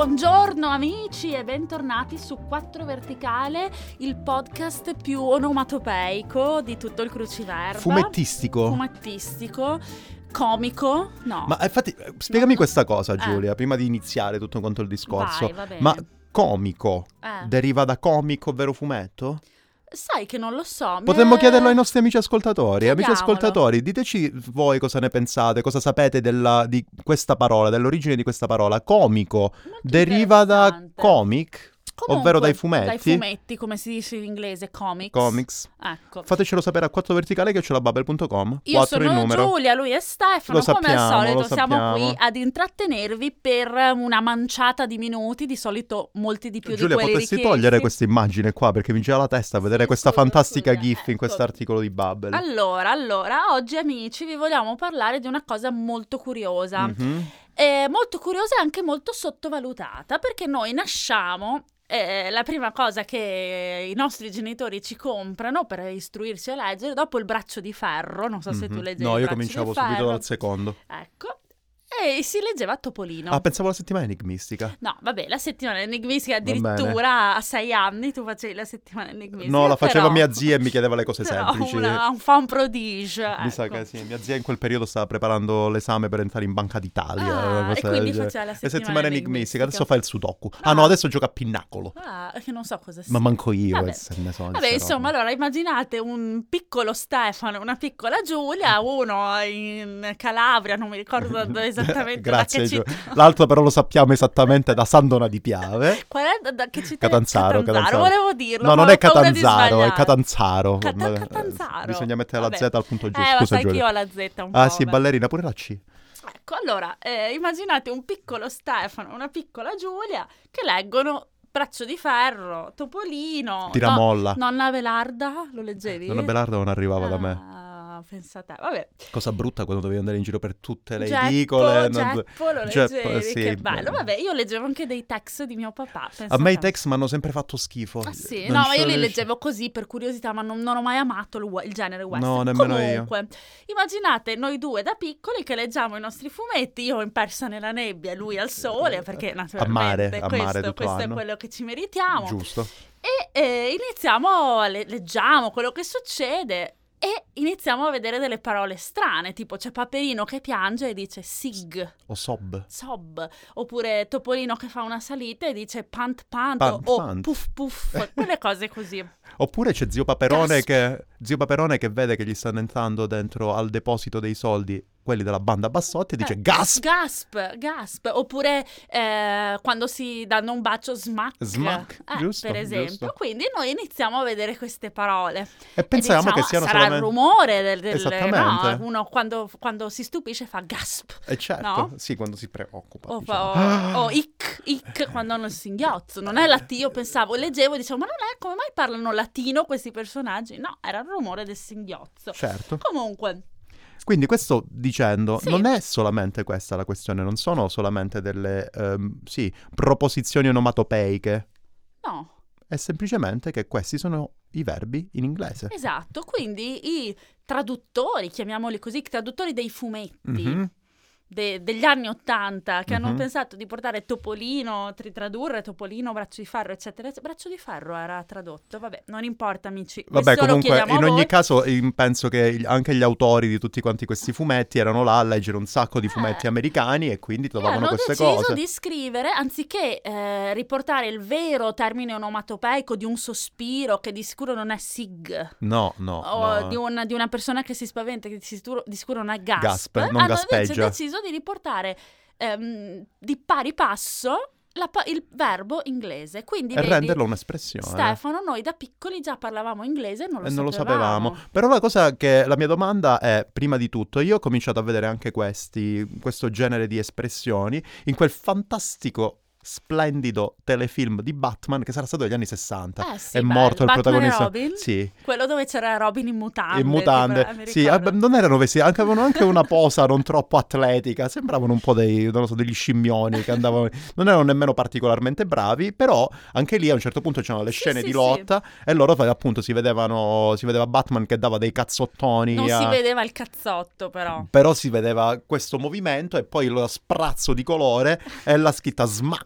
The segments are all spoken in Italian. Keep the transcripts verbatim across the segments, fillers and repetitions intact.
Buongiorno amici e bentornati su Quattro Verticale, il podcast più onomatopeico di tutto il cruciverba. Fumettistico. Fumettistico. Comico, no. Ma infatti, spiegami no. questa cosa, Eh. Giulia, prima di iniziare tutto quanto il discorso. Vai, va bene. Ma comico Eh. deriva da comico, ovvero fumetto? Sai che non lo so. Potremmo mi- chiederlo ai nostri amici ascoltatori. Amici Chiediamolo. ascoltatori, diteci voi cosa ne pensate, cosa sapete della, di questa parola, dell'origine di questa parola. Comico Molto deriva da interessante. comic, Comunque, ovvero dai fumetti? Dai fumetti, come si dice in inglese, comics. comics. Ecco. Fatecelo sapere a quattro verticale chiocciola babel punto com. Io quattro sono in numero. Giulia, lui è Stefano, Lo come al sappiamo, solito lo siamo sappiamo. qui ad intrattenervi per una manciata di minuti, di solito molti di più Giulia, di quelli potresti richiesti. togliere questa immagine qua perché mi gira la testa a vedere Sì, questa scusa, fantastica scusa, gif in ecco. questo articolo di Babel. Allora, allora, oggi amici vi vogliamo parlare di una cosa molto curiosa, Mhm. eh, molto curiosa e anche molto sottovalutata, perché noi nasciamo... Eh, la prima cosa che i nostri genitori ci comprano per istruirsi a leggere, dopo il braccio di ferro, non so se tu Mhm. leggevi No, il io braccio cominciavo di subito ferro, dal secondo. ecco, e si leggeva Topolino. Ah, pensavo alla settimana enigmistica. No, vabbè, la settimana enigmistica bene. addirittura a sei anni tu facevi la settimana enigmistica. No, la faceva però- mia zia e mi chiedeva le cose però semplici. una- un fan prodige. Mi sa ecco. che sì, mia zia in quel periodo stava preparando l'esame per entrare in Banca d'Italia. Ah, una cosa e quindi del genere. faceva la Le settimana settimane enigmistica. enigmistica, adesso fa il sudoku. Ah, Ah. no, adesso gioca a Pinnacolo. Ah, che non so cosa sia. Ma manco io, Vabbè. eh, se ne so. di Vabbè, sta insomma, roba. allora immaginate un piccolo Stefano e una piccola Giulia, uno in Calabria, non mi ricordo dove esattamente Grazie, da che Gio- città. L'altro però lo sappiamo esattamente, da Sandona di Piave. Qual è da, da che città? Catanzaro, Catanzaro. volevo dirlo. No, ma non ho è paura di Catanzaro, è sbagliare. Catanzaro. Cata- Eh, Catanzaro. Bisogna mettere la Vabbè. Z al punto giusto. Eh, ma Scusa, sai che Giulia. io ho la Z un po'. Ah, sì, beh. ballerina, pure la C. Ecco, allora, eh, immaginate un piccolo Stefano, una piccola Giulia che leggono Braccio di Ferro, Topolino, Tiramolla. no, Nonna Velarda, lo leggevi? Nonna Belarda non arrivava da me. Ah, pensa a te, vabbè. Cosa brutta quando dovevi andare in giro per tutte le Geppo, edicole. non- Geppo lo Geppo, leggevi, sì. che bello. Vabbè, io leggevo anche dei text di mio papà. pensa A me i te. text mi hanno sempre fatto schifo. Ah sì, Non no, ci ma io li sono leggevo così per curiosità, ma non, non ho mai amato il, we- il genere western. No, nemmeno io. Comunque, immaginate noi due da piccoli che leggiamo i nostri fumetti, io impersa nella nebbia e lui al sole, perché naturalmente mare, a questo, mare tutto questo è l'anno. quello che ci meritiamo. Giusto. E eh, iniziamo, le- leggiamo quello che succede e iniziamo a vedere delle parole strane, tipo c'è Paperino che piange e dice sig, O sob. sob, oppure Topolino che fa una salita e dice pant pant, Pant, o pant. puff puff, quelle cose così. Oppure c'è zio Paperone Gasp. che zio Paperone che vede che gli stanno entrando dentro al deposito dei soldi quelli della banda Bassotti e dice Eh, gasp. Gasp, gasp, oppure eh, quando si danno un bacio smack, Smack, eh, giusto, per esempio. giusto. Quindi noi iniziamo a vedere queste parole. E pensiamo e diciamo, che siano sarà solamente il rumore del, del Esattamente. no? Uno quando, quando si stupisce fa gasp. Eh certo, no? sì, quando si preoccupa. O, diciamo. fa, o, o ic, ic quando hanno il singhiozzo. Non è latino, io pensavo, leggevo e dicevo, ma non è, come mai parlano latino questi personaggi? No, era il rumore del singhiozzo. Certo. Comunque, Quindi questo dicendo, Sì. non è solamente questa la questione, non sono solamente delle, ehm, sì, proposizioni onomatopeiche, no. è semplicemente che questi sono i verbi in inglese. Esatto, quindi i traduttori, chiamiamoli così, i traduttori dei fumetti Mhm. de- degli anni Ottanta che hanno Mhm. pensato di portare Topolino, tri- tradurre Topolino, Braccio di Ferro, eccetera, eccetera. Braccio di Ferro era tradotto, vabbè, non importa amici. Vabbè, questo lo comunque, chiediamo in a ogni voi. caso, io penso che il- anche gli autori di tutti quanti questi fumetti erano là a leggere un sacco di fumetti Eh. americani e quindi E trovavano hanno queste deciso cose. di scrivere, anziché eh, riportare il vero termine onomatopeico di un sospiro, che di sicuro non è sig, No, no, o no. di, una, di una persona che si spaventa, che di sicuro, di sicuro non è gasp, Gasp, non hanno invece gaspeggia. deciso di riportare ehm, di pari passo la pa- il verbo inglese. Quindi E vedi, renderlo un'espressione. Stefano, noi da piccoli già parlavamo inglese e non lo E non lo sapevamo. sapevamo. Però la cosa che la mia domanda è, prima di tutto, io ho cominciato a vedere anche questi, questo genere di espressioni in quel fantastico, splendido telefilm di Batman che sarà stato degli anni sessanta. Eh sì, è bello. morto il Batman e protagonista. Robin? Sì. Quello dove c'era Robin in mutande. In mutande, tipo, eh, mi sì, ricordo. eh, non erano vestiti, anche, avevano anche una posa non troppo atletica, sembravano un po' dei, non lo so, degli scimmioni che andavano, non erano nemmeno particolarmente bravi, però anche lì a un certo punto c'erano le Sì, scene sì, di sì. lotta e loro appunto si vedevano, si vedeva Batman che dava dei cazzottoni, Non a- si vedeva il cazzotto, però. però si vedeva questo movimento e poi lo sprazzo di colore e la scritta smack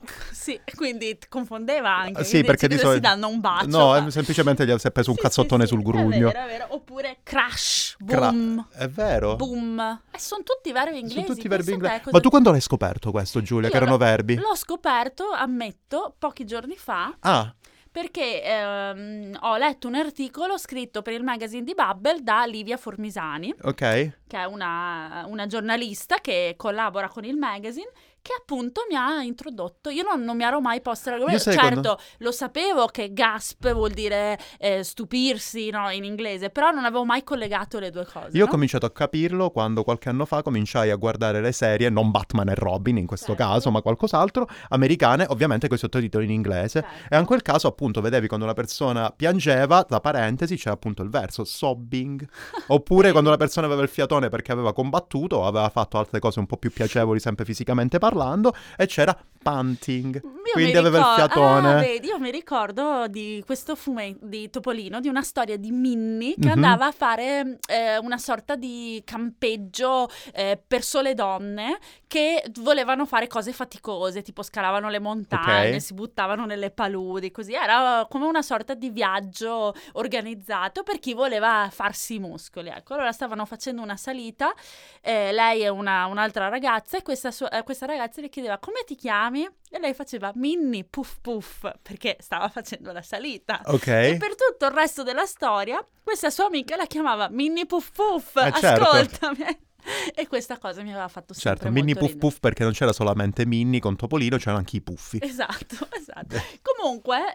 Sì, quindi t- confondeva anche. Sì, perché di si solito... danno un bacio. No, ma... eh, semplicemente gli si è preso un Sì, cazzottone sì, sul sì, grugno. È vero, è vero. Oppure crash, Cra- boom, È vero? boom. Eh, sono tutti verbi inglesi. Sono tutti verbi pensa te inglesi. cosa- Ma tu quando l'hai scoperto questo, Giulia, Io che erano l'ho- verbi? L'ho scoperto, ammetto, pochi giorni fa, Ah, perché ehm, ho letto un articolo scritto per il magazine di Bubble da Livia Formisani, ok. che è una, una giornalista che collabora con il magazine, che appunto mi ha introdotto. Io non, non mi ero mai posta Io l'argomento. sai Certo, quando- lo sapevo che gasp vuol dire eh, stupirsi, no, in inglese, però non avevo mai collegato le due cose. Io ho no? cominciato a capirlo quando qualche anno fa cominciai a guardare le serie, non Batman e Robin in questo Certo. caso, ma qualcos'altro, americane, ovviamente con i sottotitoli in inglese. Certo. E in quel caso appunto vedevi quando una persona piangeva, tra parentesi c'era appunto il verso sobbing, oppure quando una persona aveva il fiatone perché aveva combattuto o aveva fatto altre cose un po' più piacevoli sempre fisicamente parlando, e c'era panting, Io quindi mi aveva il ricor- fiatone. Ah, vedi, io mi ricordo di questo fumetto di Topolino, di una storia di Minnie che Mhm. andava a fare eh, una sorta di campeggio eh, per sole donne che volevano fare cose faticose, tipo scalavano le montagne, Ok. si buttavano nelle paludi, così. Era come una sorta di viaggio organizzato per chi voleva farsi i muscoli. Ecco, allora stavano facendo una salita, eh, lei e una, un'altra ragazza, e questa, sua- eh, questa ragazza le chiedeva come ti chiami? E lei faceva Minnie Puff Puff perché stava facendo la salita. Ok. E per tutto il resto della storia, questa sua amica la chiamava Minnie Puff Puff. Eh, certo. Ascoltami. E questa cosa mi aveva fatto sempre Certo, Minnie molto Puff ridere. Puff perché non c'era solamente Minnie con Topolino, c'erano anche i puffi. Esatto, esatto. Comunque,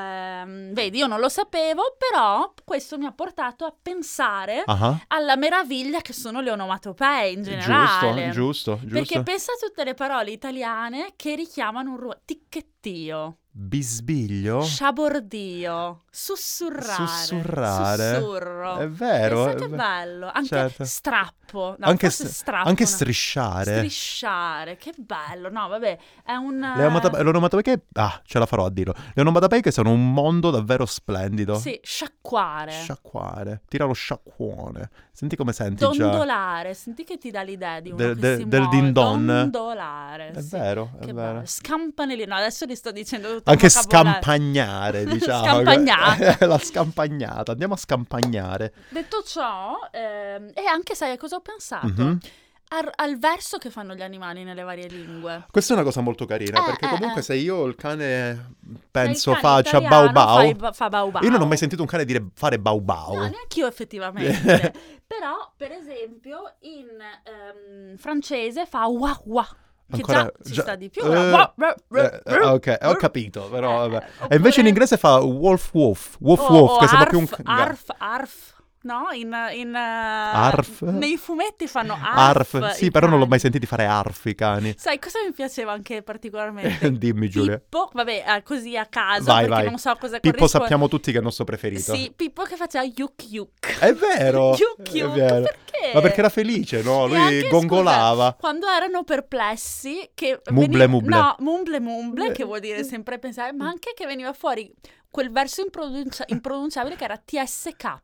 ehm, vedi, io non lo sapevo, però questo mi ha portato a pensare Ah, alla meraviglia che sono le onomatopee in generale. giusto, giusto, giusto. Perché pensa a tutte le parole italiane che richiamano un ruolo. Ticchettio, Bisbiglio? sciabordio, sussurrare, Sussurrare. sussurro. È vero. Pensa è che ve- bello. Anche Certo. strappo. No, anche, forse s- strappo. anche no. strisciare. Strisciare, che bello. No, vabbè, è un... Le onomatope- le onomatopee che... Ah, ce la farò a dirlo. Le onomatopee che sono un mondo davvero splendido. Sì, sciacquare. Sciacquare. Tira lo sciacquone. Senti come senti già. Dondolare, senti che ti dà l'idea di uno Del- che del- si del muove. din-don. Dondolare, È sì. vero, è Che vero. bello. Scampanellino, no, adesso li sto dicendo tutto Anche un vocabolario. scampagnare, diciamo. Scampagnata. La scampagnata. Andiamo a scampagnare. Detto ciò, ehm, e anche sai a cosa ho pensato? Mhm. Al, al verso che fanno gli animali nelle varie lingue. Questa è una cosa molto carina, Eh, perché eh, comunque eh. se io il cane Se penso il cane faccia italiano bau bau, fa i ba- fa bau bau. io non ho mai sentito un cane dire fare bau bau. No, neanche io effettivamente. Però, per esempio, in ehm, francese fa wah wah. Che Ancora- già ci già- sta di più. eh, Wah, wah, wah, Eh, eh, ok, ho wah. capito, però Eh, vabbè. eh, E invece in oppure- inglese fa wolf wolf, wolf O- wolf, o che sembra più un... arf, ca- arf, arf. No, in, in, eh, Arf? nei fumetti fanno arf. Arf, sì, i però non l'ho cani. mai sentiti fare arf i cani. Sai cosa mi piaceva anche particolarmente? Dimmi Giulia. Pippo, vabbè, eh, così a caso, Vai, perché vai. non so cosa Pippo corrisponde. sappiamo tutti che è il nostro preferito. Sì, Pippo che faceva yuk yuk. È vero, Yuk è yuk, vero. perché? Ma perché era felice, no? E Lui anche, gongolava. scusa, quando erano perplessi che Muble, veni- muble. No, mumble mumble, che vuol dire sempre pensare, ma anche che veniva fuori quel verso impronuncia- impronunciabile che era T S K,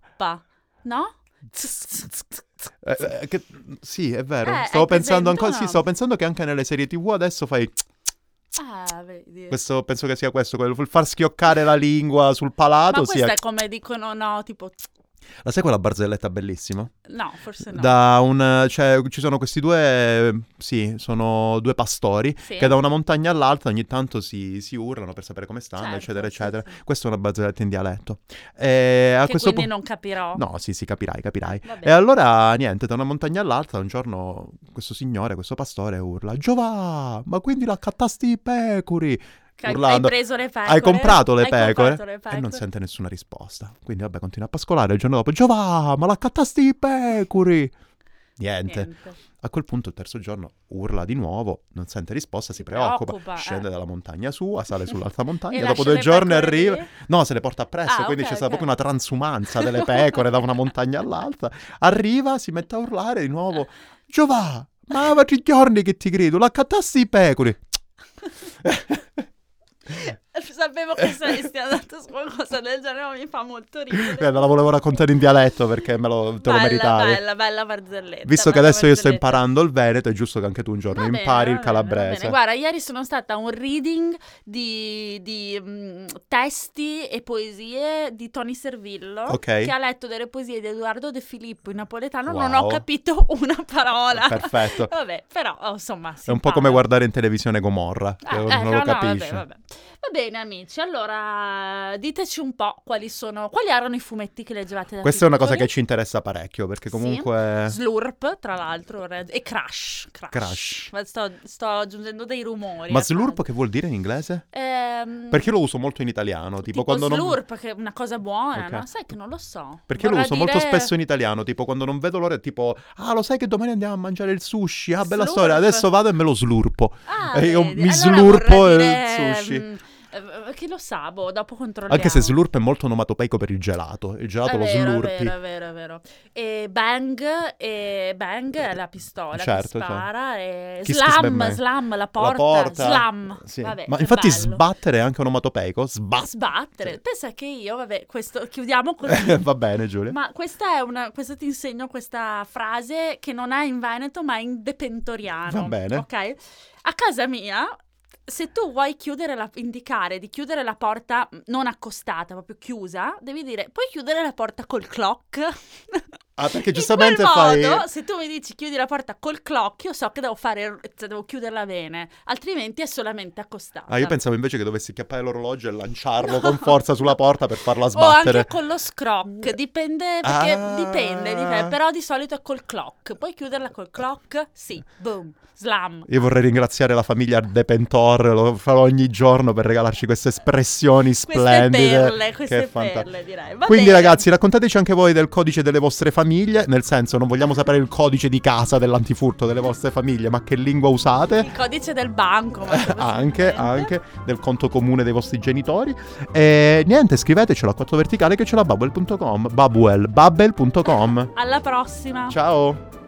no? Eh, eh, che- sì, è vero. Eh, stavo è pensando presente ancora, o sì, no? stavo pensando che anche nelle serie tivù adesso fai Ah, vedi. questo, penso che sia questo, quello, il far schioccare la lingua sul palato, Ma sì. questo è- è come dicono, no, tipo... La sai quella barzelletta bellissima? No, forse no. Da un, cioè, ci sono questi due, sì, sono due pastori Sì. che da una montagna all'altra ogni tanto si, si urlano per sapere come stanno, Certo, eccetera, sì, eccetera. sì. Questa è una barzelletta in dialetto. E a Che questo quindi punto... non capirò. No, sì, sì, capirai, capirai. Va bene. E allora, niente, da una montagna all'altra, un giorno questo signore, questo pastore urla: Giova, ma quindi l'accattasti i pecori? Che hai- Urlando. Hai preso le pecore? Hai comprato le Hai pecore? comprato le E pecore? non sente nessuna risposta. Quindi vabbè, continua a pascolare. Il giorno dopo: Giova, ma l'accattasti i pecori? Niente. Niente. A quel punto il terzo giorno urla di nuovo, non sente risposta, si, Si preoccupa, preoccupa, scende eh. dalla montagna sua, sale sull'altra montagna, E dopo lascia due le giorni pecore arriva... lì? No, se le porta appresso, Ah, quindi ok, c'è stata ok. proprio una transumanza delle pecore da una montagna all'altra. Arriva, si mette a urlare di nuovo: Giova, ma aveva tre giorni che ti credo, l'accattasti i pecore. Sapevo che saresti andato su qualcosa del genere, ma mi fa molto ridere. Eh, la volevo raccontare in dialetto perché me lo, te lo bella, meritavi. Bella, bella barzelletta. Visto che bella adesso io sto barzelletta. imparando il veneto, è giusto che anche tu un giorno Va bene, impari va il bene, va calabrese. bene. Guarda, ieri sono stata a un reading di, di mh, testi e poesie di Tony Servillo, Ok. che ha letto delle poesie di Edoardo De Filippo in napoletano. Non Wow. ho capito una parola. Perfetto. Vabbè, però oh, insomma si È un po' impara. come guardare in televisione Gomorra, che Eh, non ecco, lo no, capisci. vabbè, vabbè. Va bene amici, allora diteci un po' quali sono, quali erano i fumetti che leggevate da Questa è una cosa piccoli. che ci interessa parecchio, perché Sì. comunque... Slurp, tra l'altro, e Crash. Crash. Crash. Ma Sto, sto aggiungendo dei rumori. Ma a slurp caso. che vuol dire in inglese? Ehm, Perché lo uso molto in italiano, tipo, tipo quando non... slurp, che è una cosa buona, Ok. no? Sai che non lo so. Perché lo Vorrà uso dire molto spesso in italiano, tipo quando non vedo l'ora, tipo, ah, lo sai che domani andiamo a mangiare il sushi? Ah, bella Slurp. storia, adesso vado e me lo slurpo. Ah, E io vedi. mi Allora slurpo vorrà il dire, sushi. mm, eh, chi lo sa, boh, dopo controlliamo. Anche se slurp è molto onomatopeico per il gelato. Il gelato È lo vero, slurpi. È vero, è vero, è vero. E bang, e bang è la pistola Certo, che spara. E Kiss Kiss Bang slam, Bang. slam, la porta, La porta. slam. Sì. Vabbè, Ma è infatti bello. sbattere è anche onomatopeico. Sbattere. Sbattere. Pensa che io, vabbè, questo chiudiamo così. Va bene, Giulia. Ma questa è una, questo ti insegno questa frase che non è in veneto ma è in depentoriano. Va bene. Ok? A casa mia, se tu vuoi chiudere la, indicare di chiudere la porta non accostata, proprio chiusa, devi dire puoi chiudere la porta col clock. Ah, perché In giustamente quel fai... modo, se tu mi dici chiudi la porta col clock, io so che devo fare, cioè, devo chiuderla bene, altrimenti è solamente accostata. Ah, io pensavo invece che dovessi chiappare l'orologio e lanciarlo con forza sulla porta per farla O sbattere. anche con lo scroc, dipende, perché Ah. dipende, dipende, però di solito è col clock. Puoi chiuderla col clock? Sì, boom, slam. Io vorrei ringraziare la famiglia Depentor, lo farò ogni giorno per regalarci queste espressioni Queste splendide. perle, che queste è fanta- perle direi. Va Quindi bene. ragazzi, raccontateci anche voi del codice delle vostre famiglie, nel senso non vogliamo sapere il codice di casa dell'antifurto delle vostre famiglie, ma che lingua usate. Il codice del banco. ma anche, possibilmente. anche del conto comune dei vostri genitori. E niente, scrivetecelo a quattro verticale che c'è la bubble punto com. Babuel, bubble punto com. Alla prossima. Ciao.